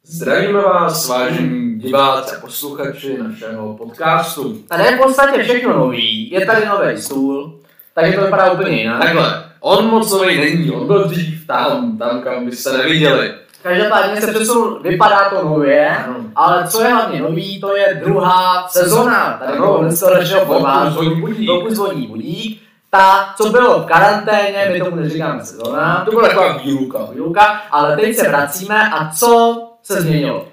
Zdravíme vás, vážení diváci a posluchači našeho podcastu. Tady je v podstatě všechno nový, je tady nový stůl, takže to vypadá úplně jinak. Takhle, on moc nový není, on byl dřív tam kam byste neviděli. Každopádně se přesunul, vypadá to nově, ale co je hlavně nový, to je druhá sezona. Tady to našeho formátu, Vodní budík. Ta, co bylo v karanténě, my tomu neříkáme sezona. To byla taková výluka, ale teď se vracíme a co se změnilo?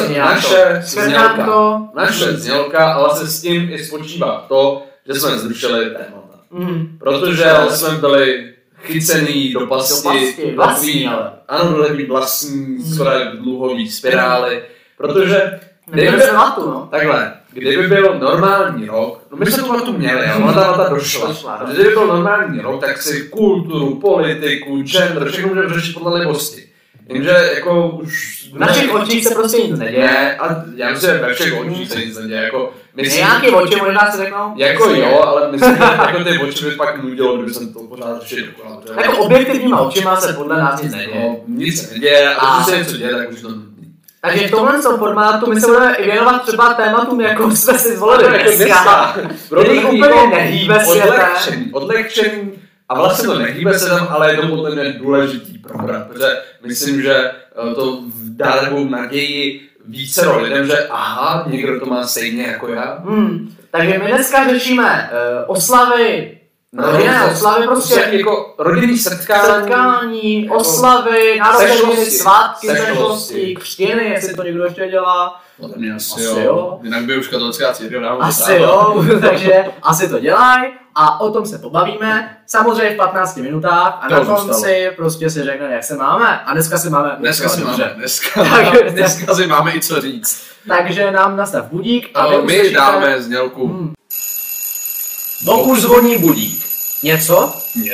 Naše znělka, ale se s tím i spočívá to, že jsme zrušili témata. Protože jsme byli chycený do pasti. Vlastní, ale. Ano, do takový vlastní, skoro dluhový spirály. Protože kdyby byl normální rok, no my jsme tu vatu měli, ale ta došla. Kdyby byl normální rok, tak si kulturu, politiku, gender, všechno můžeme řešit podle libosti. Jenže jako už... V našich očích se prostě nic neděje. A já myslím, že ve všech očích se nic neděje. Jako, nějaký oči možná se řeknou? Jako jo, ale myslím, že jako ty oči by pak nudilo, kdyby jsem to pořád řešil dokola. Jako objektivníma očima se podle nás nic neděje. No, nic se neděje, a když se něco děje, tak už to nudí. Takže v tomhle formátu my se budeme i věnovat třeba tématům, jako jsme si zvolili dneska. Který úplně nehýbe světem. Odlehčení. A vlastně to nehýbe se tam, ale je to podle mě důležitý probrat, protože myslím, že to dá takovou naději vícero lidem, že aha, někdo to má stejně jako já. Takže my dneska řešíme oslavy, rodinné oslavy, prostě jako rodinný setkání, oslavy, narozeniny, svátky, sešlosti, křtiny, jestli to někdo ještě dělá. No to mě asi jo. Jinak by už katolická církev dávno asi jo, takže asi to dělají a o tom se pobavíme, samozřejmě v 15 minutách a na konci prostě si řekneme, jak se máme a dneska si máme i co říct. Takže nám nastav budík a my dáme znělku. Boku zvoní budík. Něco?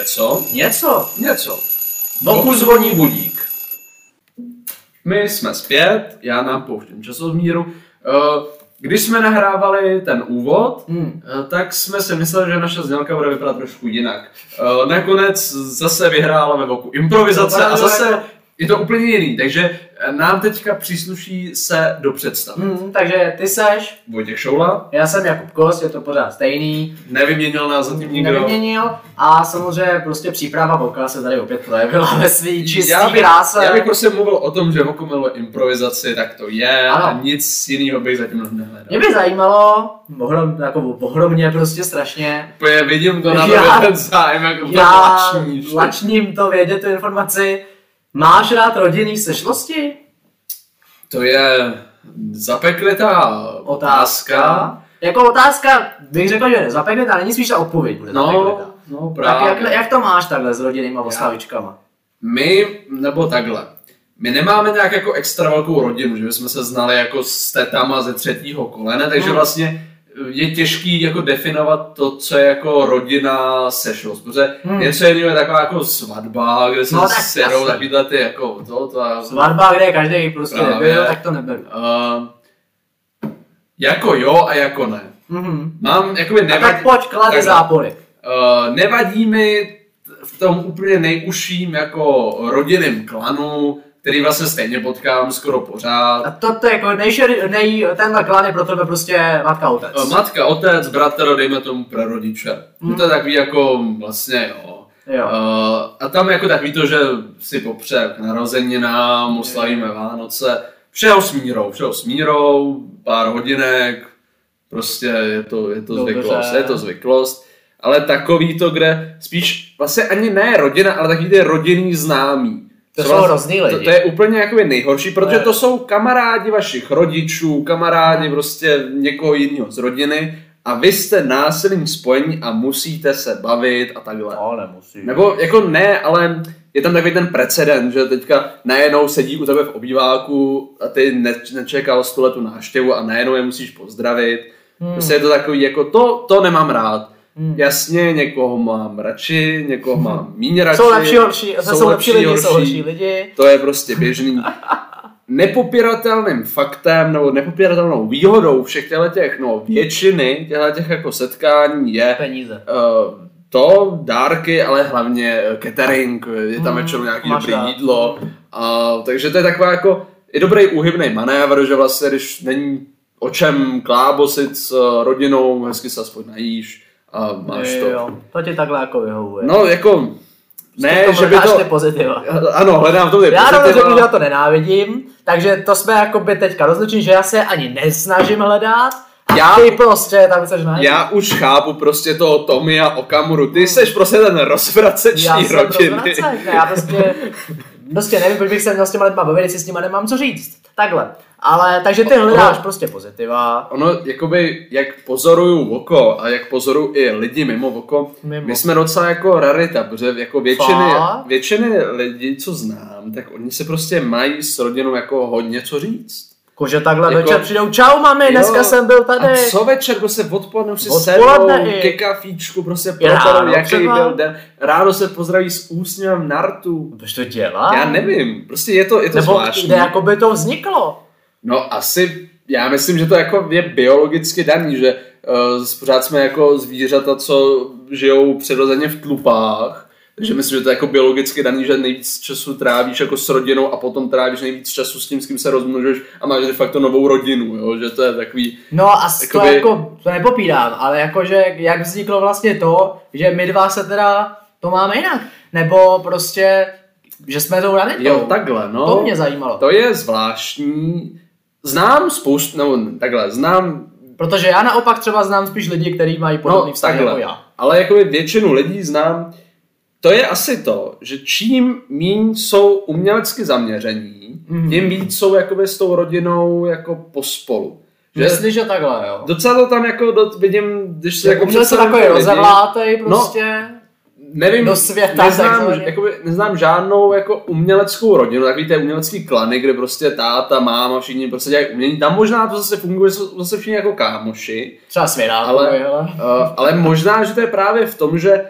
Boku zvoní budík. My jsme zpět, já nám pouštím časomíru. Když jsme nahrávali ten úvod, tak jsme si mysleli, že naše znělka bude vypadat trošku jinak. Nakonec zase vyhrála ve boku improvizace a zase je to úplně jiný, takže nám teďka přísluší se dopředstavit. Takže ty seš Vojtěch Šoula. Já jsem Jakub Kost, je to pořád stejný. Nevyměnil nás zatím nikdo. Nevyměnil a samozřejmě prostě příprava voka se tady opět projevila ve svý čistý kráse. Já bych prostě mluvil o tom, že voko miluje improvizaci, tak to je a nic jiného bych zatím nehledal. Mě by zajímalo, ohromně prostě strašně. Vidím to na ten zájem, jako to lačním to vědět, tu informaci. Máš rád rodinný sešlosti? To je zapeklitá otázka. Jako otázka bych řekl, že zapeklitá, není spíš ta odpověď bude zapeklitá. No právě. Tak jak to máš takhle s rodinnýma oslavičkama? Nebo takhle. My nemáme nějak jako extra velkou rodinu, že bychom se znali jako s tetama ze třetího kolene, takže vlastně je těžký jako definovat to, co je jako rodina sešlost, protože něco jiného je taková jako svatba, kde se sjedou takovýhle ty jako svatba, kde každý prostě nebyl, tak to neberu. Jako jo a jako ne. Mám jakoby tak pojď klade zápory. Nevadí mi v tom úplně nejužším jako rodinným klanu, který vlastně stejně potkám skoro pořád. A to je jako tenhle klan je pro tebe prostě matka, otec. Matka, otec, bratr, dejme tomu prarodiče. To je takový jako vlastně jo. A tam jako takový to, že si popře k narozeninám, oslavíme Vánoce. Všeho s mírou, pár hodinek, prostě je to zvyklost. Ale takový to, kde spíš vlastně ani ne rodina, ale takový ty rodinný známí. To jsou hrozný lidi. To je úplně jakoby nejhorší, protože to jsou kamarádi vašich rodičů, kamarádi prostě někoho jiného z rodiny a vy jste násilným spojení a musíte se bavit a takhle. No, nemusí. Nebo jako ne, ale je tam takový ten precedent, že teďka najednou sedí u tebe v obýváku a ty nečekal 100 letu návštěvu a najednou je musíš pozdravit. Prostě je to takový jako to nemám rád. Jasně, někoho mám radši, někoho mám míň radši. Jsou lepší lidi. To je prostě běžný. Nepopiratelným faktem nebo nepopiratelnou výhodou všech většiny těch jako setkání je peníze. Dárky, ale hlavně catering, je tam většinou nějaký dobrý jídlo. Takže to je taková i dobrý úhybný manévr, že vlastně, když není o čem klábosit s rodinou, hezky se aspoň najíš a máš to. Jo, to ti takhle jako vyhovuje. No, jako... Ne, že by to... pozitiva. Ano, hledám v tom ty pozitiva. Já řeknu, že já to nenávidím, takže to jsme jakoby teďka rozličili, že já se ani nesnažím hledat. A ty prostě tam chceš najít. Já už chápu prostě toho Tomia Okamuru, ty seš prostě ten rozvracečný rodiny. Já prostě nevím, proč bych se měl s těma lidma bavit, jestli s nima nemám co říct. Takhle. Ale, takže ty hledáš prostě pozitiva. Ono, jakoby, jak pozoruju oko a jak pozoruju i lidi mimo oko, my jsme docela jako rarita, protože jako většiny lidí, co znám, tak oni se prostě mají s rodinou jako hodně co říct. Že takhle jako, večer přijdou, čau mami, dneska jsem byl tady. A co večer, prostě odpoledne už si sednou ke kafíčku, prostě propadou, jaký byl den. Ráno se pozdraví s úsměvem na rtu. Proč to dělá? Já nevím, prostě je to zvláštní. Nebo kde jako by to vzniklo? No asi, já myslím, že to jako je biologicky daný, že pořád jsme jako zvířata, co žijou přirozeně v tlupách. Takže myslím, že to je jako biologicky daný, že nejvíc času trávíš jako s rodinou a potom trávíš nejvíc času s tím, s kým se rozmnožuješ a máš de facto novou rodinu, jo? Že to je takový... No a to nepopírám, ale jakože jak vzniklo vlastně to, že my dva se teda to máme jinak, nebo prostě, že jsme tou raditou. Jo, takhle, no. To mě zajímalo. To je zvláštní. Znám znám... Protože já naopak třeba znám spíš lidi, kteří mají podobný vztah jako já. Ale jakoby většinu lidí znám. To je asi to, že čím míň jsou umělecky zaměření, tím víc jsou jakoby s tou rodinou jako pospolu. Myslíš, že takhle, jo? Docela to tam jako vidím, když se jako představím takový rozevlátej prostě nevím, do světa. Neznám žádnou jako uměleckou rodinu, takový té umělecký klany, kde prostě táta, máma, všichni prostě dělají umění. Tam možná to zase funguje, zase všichni jako kámoši. Třeba svědá, ale možná, že to je právě v tom, že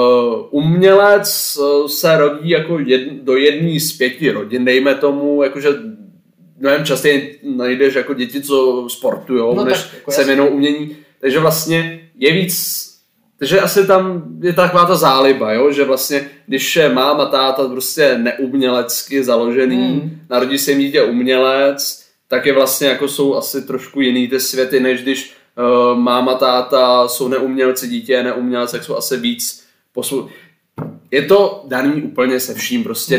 umělec se rodí jako do jedné z 5 rodin, dejme tomu, jakože mnohem častěji najdeš jako děti, co sportujou, než jako se věnou umění, takže vlastně je víc, takže asi tam je taková ta záliba, jo? Že vlastně, když je máma, táta prostě neumělecky založený, narodí se jim dítě umělec, tak je vlastně jako jsou asi trošku jiný ty světy, než když máma, táta jsou neumělci, dítě je neumělec, tak jsou asi víc je to daný úplně se vším, prostě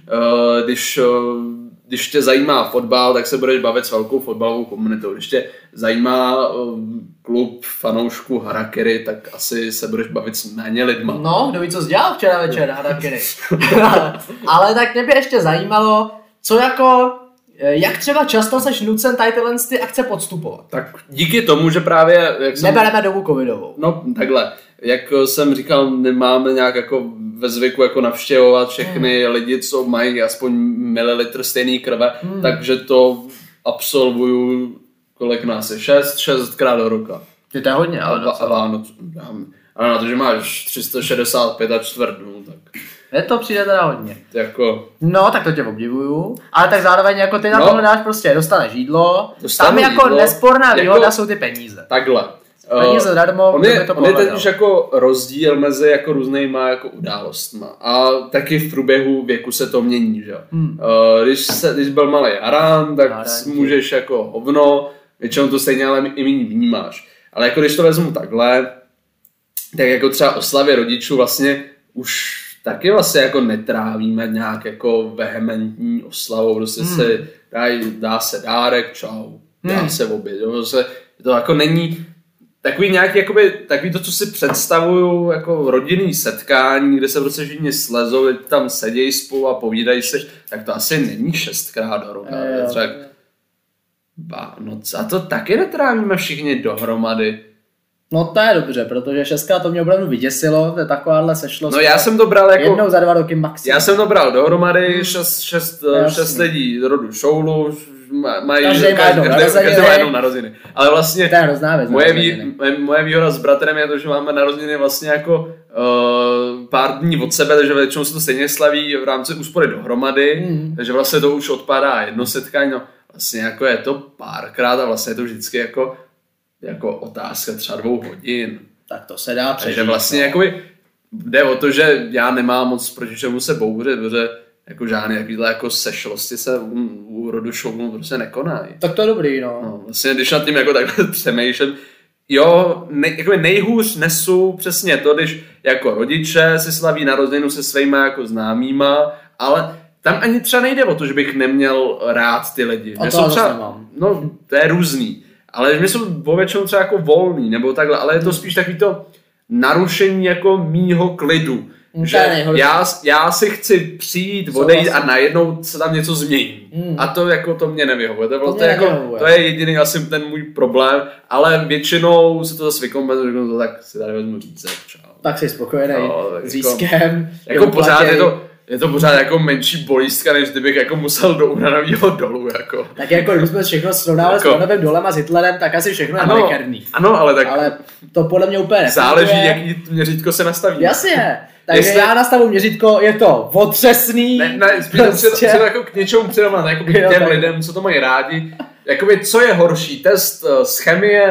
když tě zajímá fotbal, tak se budeš bavit s velkou fotbalovou komunitou, když tě zajímá klub fanoušků Harakiri, tak asi se budeš bavit s méně lidma. No, kdo ví, co jsi dělal včera večer Harakiri. Ale tak mě by ještě zajímalo, co jako, jak třeba často seš nucen tady tyhle ty akce podstupovat? Tak díky tomu, že právě... Nebereme dobu covidovou. No, takhle. Jak jsem říkal, nemáme nějak jako ve zvyku jako navštěvovat všechny lidi, co mají aspoň mililitr stejný krve, takže to absolvuju, kolik nás je? 6krát do roka. To je hodně, ale ale na to, že máš 365 a čtvrt dnů, tak... To přijde teda hodně. Jako... No, tak to tě obdivuju, ale tak zároveň jako ty na tom dáš prostě, dostaneš jídlo, tam jako nesporná výhoda jsou ty peníze. Takhle. Peníze zadarmo, on je teď už jako rozdíl mezi jako různýma jako událostma a taky v průběhu věku se to mění, že jo. Když byl malý Aran, tak můžeš jako hovno, většinou to stejně ale i méně vnímáš. Ale jako když to vezmu takhle, tak jako třeba oslavě rodičů vlastně už taky vlastně jako netrávíme nějak jako vehementní oslavou, prostě se dá se dárek, čau, dá se oběd, to jako není takový nějaký, jakoby, takový to, co si představuju jako rodinný setkání, kde se prostě všichni slezou, tam sedějí spolu a povídají si, tak to asi není 6krát do roka. Vánoce. A to taky netrávíme všichni dohromady. No to je dobře, protože 6krát to mě opravdu vyděsilo, to je takováhle sešlost. No já jsem to bral jako... Jednou za 2 roky maximum. Já jsem to bral dohromady, 6 lidí z rodu Šoulu, každý má jednou narozeniny. Ale vlastně moje výhoda s bratrem je to, že máme narozeniny vlastně jako pár dní od sebe, takže většinou se to stejně slaví v rámci úspory dohromady, takže vlastně to už odpadá jedno setkání, no vlastně jako je to párkrát a vlastně je to vždycky jako otázka třeba 2 hodin. Tak to se dá přežít. Takže vlastně jakoby jde o to, že já nemám moc proti čemu se bouřit, protože jako žádný takovýhle jako sešlosti se u rodu Šogunů prostě nekonají. Tak to je dobrý, no. Vlastně, když nad tím jako takhle přemýšlím, jo, nejhůř nesu přesně to, když jako rodiče si slaví narozeninu se svýma jako známýma, ale tam ani třeba nejde o to, že bych neměl rád ty lidi. A to třeba nemám. No, to je různý. Ale mě jsou povětšinou třeba jako volný, nebo takhle, ale je to spíš takový to narušení jako mýho klidu. Že já si chci přijít, odejít a najednou se tam něco změní. A to jako to mě nevyhovuje. To je jediný asi ten můj problém, ale většinou se to zase vykompenzuje, to tak si tady vezmu říct. Tak jsi spokojený s výskem. Jako pořád je to pořád jako menší bolístka, než kdybych jako musel do Uranového dolu. Jako. Tak jako když jsme všechno srovnávali s Uranovým dolem a s Hitlerem, tak asi všechno je malicherný. Ano, ale tak... Ale to podle mě úplně záleží, jaký měřítko se nastaví. Jasně. Takže já nastavu měřítko, je to otřesný. Ne, spíš prostě jako k něčemu přirovnat, jako k těm lidem, co to mají rádi. Jakoby, co je horší, test z chemie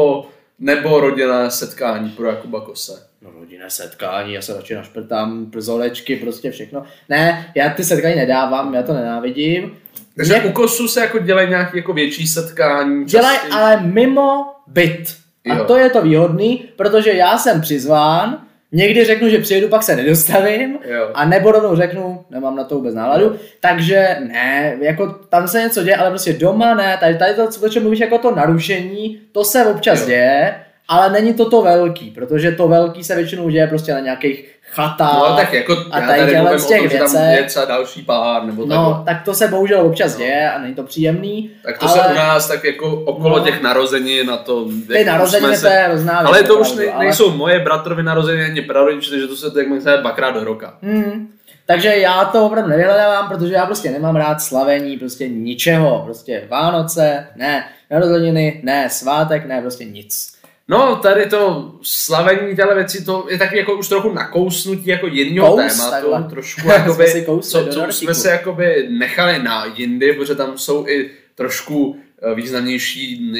nebo rodinné setkání pro Jakuba Kose? No rodinné setkání, já se radši našprtám, przolečky, prostě všechno. Ne, já ty setkání nedávám, já to nenávidím. Takže u Kosu se jako dělají nějaké jako větší setkání. Dělají, ale mimo byt. A to je to výhodný, protože já jsem přizván, někdy řeknu, že přijedu, pak se nedostavím, a nebo rovnou řeknu, nemám na to vůbec náladu, takže ne, jako tam se něco děje, ale prostě doma ne, tady to, o čem mluvíš, jako to narušení, to se občas děje, ale není to velký, protože to velký se většinou děje prostě na nějakých chatách. No tak jako a tady mluvím o tom, že tam je třeba další pár nebo takhle. No, tak to se bohužel občas děje a není to příjemný. Tak to se u nás tak jako okolo těch narozenin na to... Ty narozeniny to je hrozná věc. Ale to už nejsou moje bratrovy narozeniny ani prarodiče, takže to se tak může dvakrát do roka. Takže já to opravdu nevyhledávám, protože já prostě nemám rád slavení prostě ničeho. Prostě Vánoce, ne, narozeniny, ne, svátek, ne, prostě nic. No, tady to slavení těle věci, to je taky jako už trochu nakousnutí jako jinýho tématu, trošku jakoby, co jsme se jakoby nechali na jindy, protože tam jsou i trošku významnější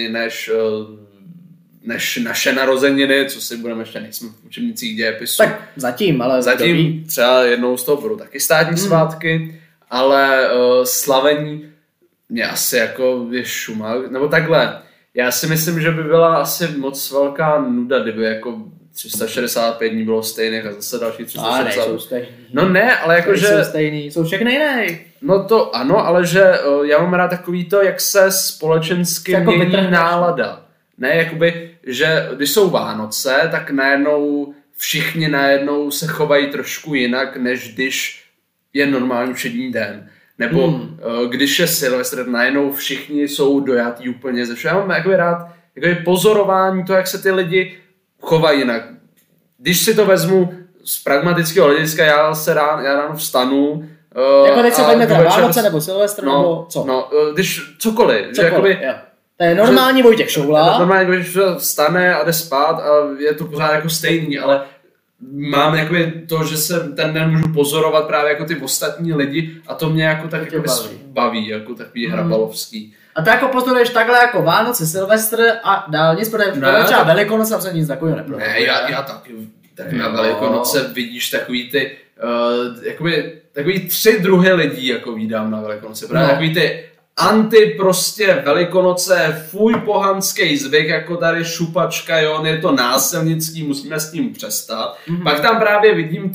než naše narozeniny, co si budeme ještě, nejsme v učebnicích dějepisu. Tak zatím, ale zatím třeba jednou z toho budou taky státní svátky, ale slavení mě asi jako je šuma, nebo takhle. Já si myslím, že by byla asi moc velká nuda, kdyby jako 365 dní bylo stejných a zase další 360. Nejsou stejný. No ne, ale jakože... Nejsou stejný, jsou všechny jiné. No to ano, ale že já mám rád takový to, jak se společensky jako mění nálada. Ne, jakoby, že když jsou Vánoce, tak všichni najednou se chovají trošku jinak, než když je normální všední den. Nebo když je Silvestr, najednou všichni jsou dojatí úplně ze všeho. Já mám jakoby rád pozorování to, jak se ty lidi chovají jinak. Když si to vezmu z pragmatického hlediska, já ráno vstanu. Jako teď se bavíme teda Vánoce nebo Silvestr nebo co? No, když cokoliv. Že jakoby, to je normální Vojtěch Šoula. Normální Vojtěch Šoula vstane a jde spát a je to pořád jako stejný, ale mám jakoby to, že se ten den můžu pozorovat právě jako ty ostatní lidi a to mě jako tak jako baví, jako takový hrabalovský. A to jako pozoruješ takhle jako Vánoce, Silvestr a dál nic, protože třeba Velikonoce tam se nic takového neprodá. Ne, já taky na Velikonoce vidíš takový ty, jakoby takový 3 druhy lidí jako vídám na Velikonoce, právě takový ty anti prostě Velikonoce, fuj pohanský zvyk, jako tady šupačka, jo, je to násilnický, musíme s tím přestat. Pak tam právě vidím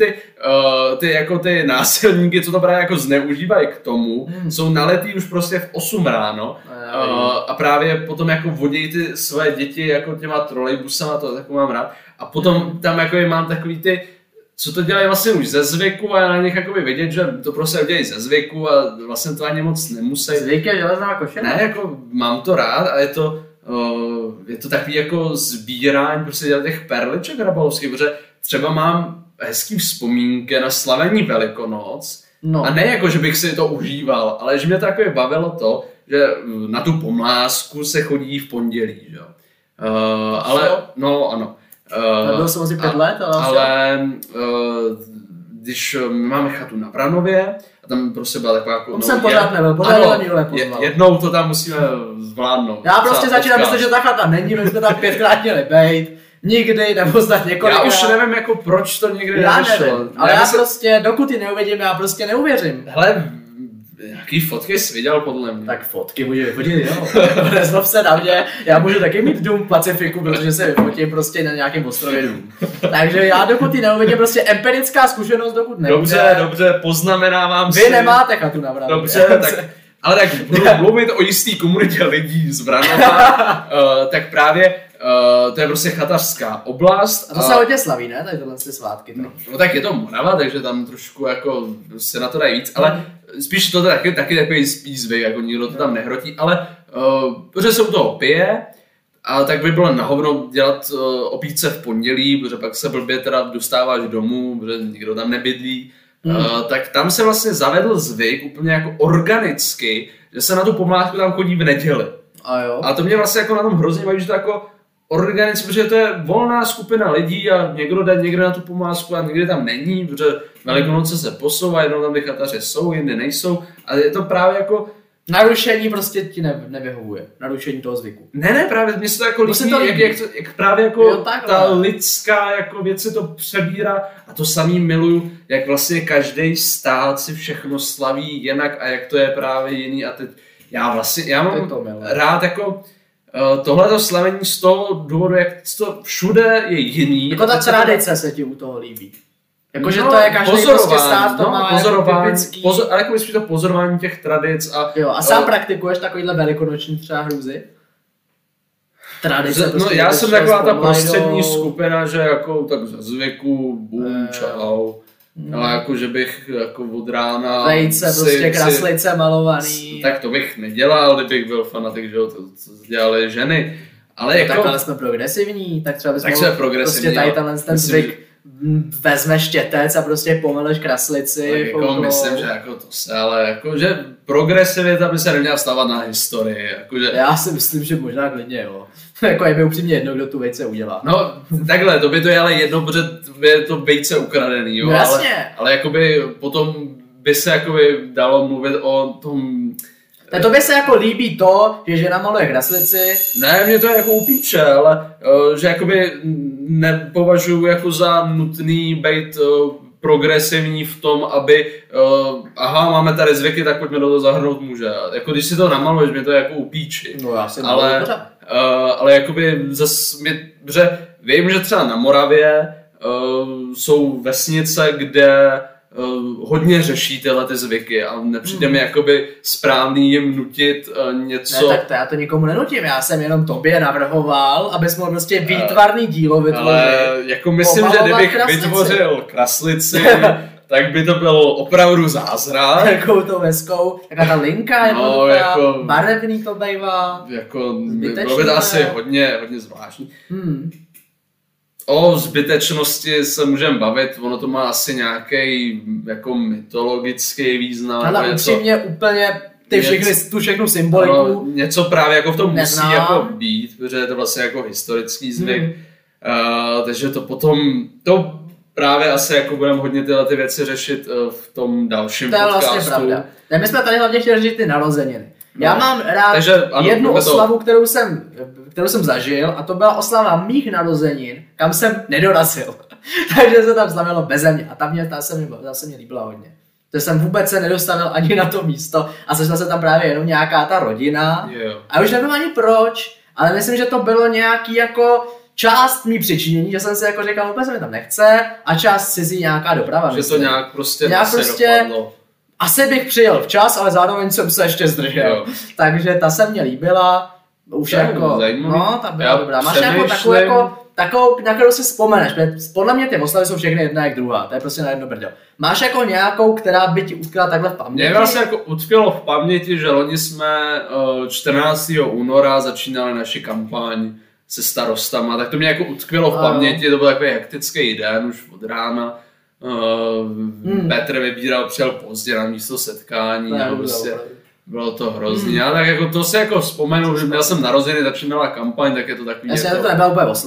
ty násilníky, co to právě jako zneužívají k tomu, jsou naletý už prostě v 8 ráno a právě potom jako vodí ty své děti jako těma trolejbusama, to tak mám rád. A potom tam jako mám takový ty, co to dělají vlastně už ze zvyku a já na nich jakoby vidět, že to prostě udělají ze zvyku a vlastně to ani moc nemusí. Zvyk je železná košena. Ne, jako mám to rád a je to takový jako sbírání prostě těch perliček hrabalovských, protože třeba mám hezký vzpomínky na slavení Velikonoc a ne jako, že bych si to užíval, ale že mě to jako bavilo to, že na tu pomlásku se chodí v pondělí, že jo. Ale, no ano. Byl jsem asi 5 let, ale když máme chatu na Vranově a tam prostě byla taková jako... Tam jsem pořád nebyl, pořád nikdo nepozval. Jednou to tam musíme zvládnout. Já prostě začínám myslet, že ta chata není, my jsme tam 5krát měli bejt. nikdy, nebo snad několikrát. Já už nevím, jako proč to někdy nevyšlo. Ale já prostě, dokud ji neuvidím, já prostě neuvěřím. Hele, jaký fotky jsi viděl podle mě? Tak fotky můžu vyfotit, jo. Nezlob se na mě, já můžu taky mít dům v Pacifiku, protože se vyfotím prostě na nějakém ostrově dům. Takže já dokud ji neuvidím, prostě empirická zkušenost, dokud nebude. Dobře, poznamenávám si. Vy nemáte chatu na Vranově. Dobře, ale tak budu mluvit o jistý komunitě lidí z Vranova, tak právě to je prostě chatařská oblast. A to se hodně slaví, ne? Tady tohle svátky. No tak je to Morava, takže tam trošku jako se na to dají víc, ale spíš to taky takový spíš zvyk, jako nikdo to tam nehrotí, ale protože se u toho pije, a tak by bylo na hovno dělat opít se v pondělí, protože pak se blbě teda dostáváš domů, protože nikdo tam nebydlí. Tak tam se vlastně zavedl zvyk úplně jako organicky, že se na tu památku tam chodí v neděli. A to mě vlastně jako na tom hrozně baví, že to jako organicky, protože to je volná skupina lidí a někdo jde někde na tu památku a někdy tam není, protože Velikonoce se posouvá, jednou tam ty chataři jsou, jindy nejsou a je to právě jako narušení prostě ti nevyhovuje, narušení toho zvyku. Ne, právě mně se to jako líbí, jak právě jako jo, ta lidská jako věc se to přebírá a to samý miluju, jak vlastně každý stát si všechno slaví jinak a jak to je právě jiný a teď já mám rád jako tohleto slavení z toho důvodu, jak to všude je jiný. Jako ta tradice se ti u toho líbí. Jakože to je každý prostě stát, to má typický. Ale jako myslíš to pozorování těch tradic a... Jo, a sám praktikuješ takovýhle velikonoční třeba hrůzy? Tradice prostě... No já jsem taková ta prostřední skupina, že jako tak ze zvyku, bum, čau. Ale jako, že bych jako od rána... Vejce, prostě kraslice malovaný. Tak to bych nedělal, kdybych byl fanatik, že jo, to dělali ženy. Ale jako... Tak ale jsme progresivní, tak třeba bys mohl prostě tady ten zvyk vezmeš štětec a prostě pomeleš kraslici. Tak jako myslím, že jako to se, ale jako, že progresivita by se neměla stávat na historii. Jako, že... Já si myslím, že možná klidně jo. Jako je mi upřímně jedno, kdo tu vejce udělá. No takhle, to by to je ale jedno, protože je to vejce ukradený, jo. No, jasně. Ale jakoby potom by se jakoby dalo mluvit o tom... Tak to by se jako líbí to, že žena maluje kraslici. Ne, mě to je jako upíče, ale že jakoby nepovažuji jako za nutný být progresivní v tom, aby aha, máme tady zvyky, tak pojďme do toho zahrnout muže. Jako když si to namaluješ, mě to je jako upíči. No já si ale jakoby zase že vím, že třeba na Moravě jsou vesnice, kde hodně řeší tyhle ty zvyky a nepřijde mi jakoby správný jim nutit něco... Ne, tak to já to nikomu nenutím, já jsem jenom tobě navrhoval, abys mohl prostě výtvarný dílo vytvořit. Ale jako myslím, že kdybych vytvořil kraslici, tak by to byl opravdu zázrak. Takovou to veskou, taká ta linka jednoduchá, jako, barevný to bývá. Jako bylo by to asi hodně zvláštní. O zbytečnosti se můžeme bavit, ono to má asi nějaký jako mytologický význam. Ale upřímně úplně tu všechnu symboliku. No, něco právě jako v tom musí jako být, protože je to vlastně jako historický zvyk. Takže to potom, to právě asi jako budeme hodně tyhle ty věci řešit v tom dalším podcastu. To je vlastně pravda. My jsme tady hlavně chtěli řešit ty narozeniny. Já mám rád ano, jednu oslavu, kterou jsem zažil, a to byla oslava mých narozenin, kam jsem nedorazil. Takže se tam slavilo beze mě a ta se mě líbila hodně. To jsem vůbec se nedostavil ani na to místo a sešla se tam právě jenom nějaká ta rodina. A už nevím ani proč, ale myslím, že to bylo nějaký jako část mý přičinění, že jsem si jako říkal, vůbec se mi tam nechce a část cizí nějaká doprava. Že myslím. To nějak prostě dopadlo. Asi bych přijel včas, ale zároveň jsem se ještě zdržel. Jo. Takže ta se mě líbila. Už jako, no, ta byla dobrá. Máš nějakou takovou, na kterou si vzpomeneš. Podle mě ty oslavy jsou všechny jedna jak druhá. To je prostě na jedno brďo. Máš jako nějakou, která by ti utkvěla takhle v paměti? Mě vlastně jako utkvělo v paměti, že loni jsme 14. února začínali naši kampaň se starostama. Tak to mě jako utkvělo v paměti. To byl takový hektický den už od rána. Petr vybíral, přijel pozdě na místo setkání a prostě bylo to hrozný. Ale tak jako to si jako vzpomenu, že měl jsem narozeniny, začínala kampaň, tak je to takový... Jasně, to nebyla úplně oslava.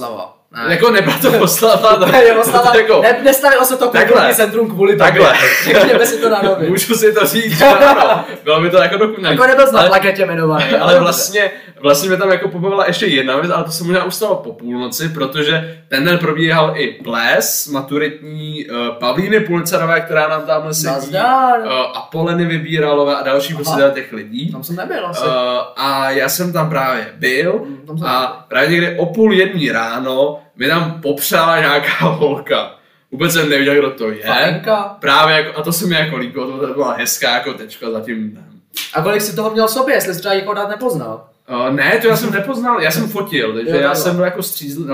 Ne. Jako nebyla to oslava, jako... Nestavilo se to kulturní centrum kvůli tobě. Řekněme si to na nově. Můžu si to říct, ano. Bylo by to jako dokument. Jako nebyl na plaketě jmenovaný. Ale vlastně mě tam jako pobavila ještě jedna věc, ale to se možná ustalo po půlnoci, protože ten den probíhal i ples maturitní Pavlíny Pulcerové, která nám tamhle sedí. Apoleny Vybíralové a další prostě těch lidí. Tam jsem nebyl asi. A já jsem tam právě byl a právě někdy o 12:30 ráno mi tam popřála nějaká holka. Vůbec jsem nevěděl, kdo to je. Faninka. Právě jako, a to se mi jako líbilo, to byla hezká jako tečka zatím. A kolik si toho měl v sobě, jestli jsi třeba někoho dát nepoznal? Ne, to já jsem nepoznal, já jsem fotil, takže já jsem byl jako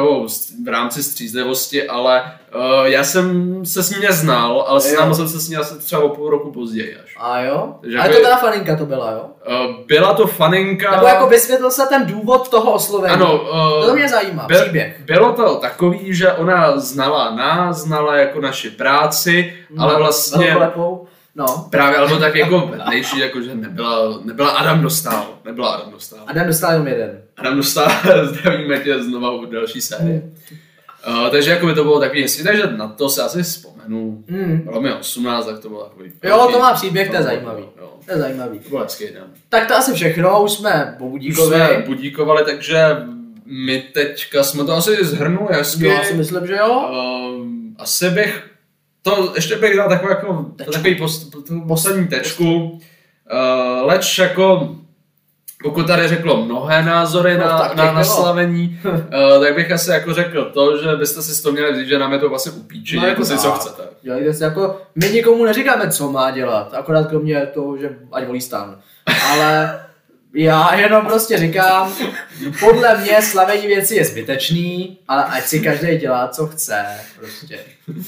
v rámci střízlivosti, ale já jsem se s ní neznal, ale seznámil jsem se s ní asi třeba o půl roku později až. A jo? Takže ale jako to teda faninka to byla, jo? Byla to faninka... Nebo jako vysvětlil se ten důvod toho oslovení. Ano. To mě zajímá, příběh. Bylo to takový, že ona znala nás, znala jako naši práci, ale vlastně... No. Právě, ale to tak jako vedlejší, jako že nebyla Adam Dostál. Adam Dostál jenom jeden. Adam Dostál, zdravíme tě znova u další série. Takže jako by to bylo takový hezký, takže na to se asi vzpomenu. Bylo mi 18, tak to bylo takový. Jo, to má příběh, to je zajímavý. To je zajímavý. To bylo hezký den. Tak to asi všechno, už jsme budíkovali, takže my teďka jsme to asi zhrnuli hezky. Já si myslím, že jo. Asi bych to ještě bych dal takový poslední tečku. Leč jako, pokud tady řeklo mnohé názory na slavení, tak bych asi jako řekl to, že byste si to měli vzít, že nám je to vlastně upíči, no, jako si co chcete. Dělejte si jako, my nikomu neříkáme, co má dělat, akorát kromě toho, že ať volí STAN. Ale já jenom prostě říkám, podle mě slavení věci je zbytečný, ale ať si každý dělá, co chce, prostě.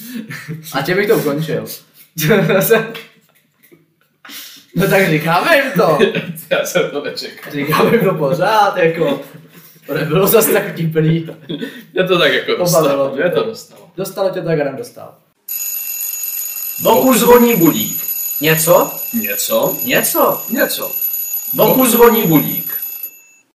A tím bych to ukončil. No tak říkáme jim to. Já jsem to nečekal. Říkáme jim to pořád, jako. To nebylo zase tak vtipný. Mě to tak jako dostalo. Dostalo tě tak, Adam dostal. Boku zvoní budík. Něco? Něco. Něco. Něco. Boku zvoní budík.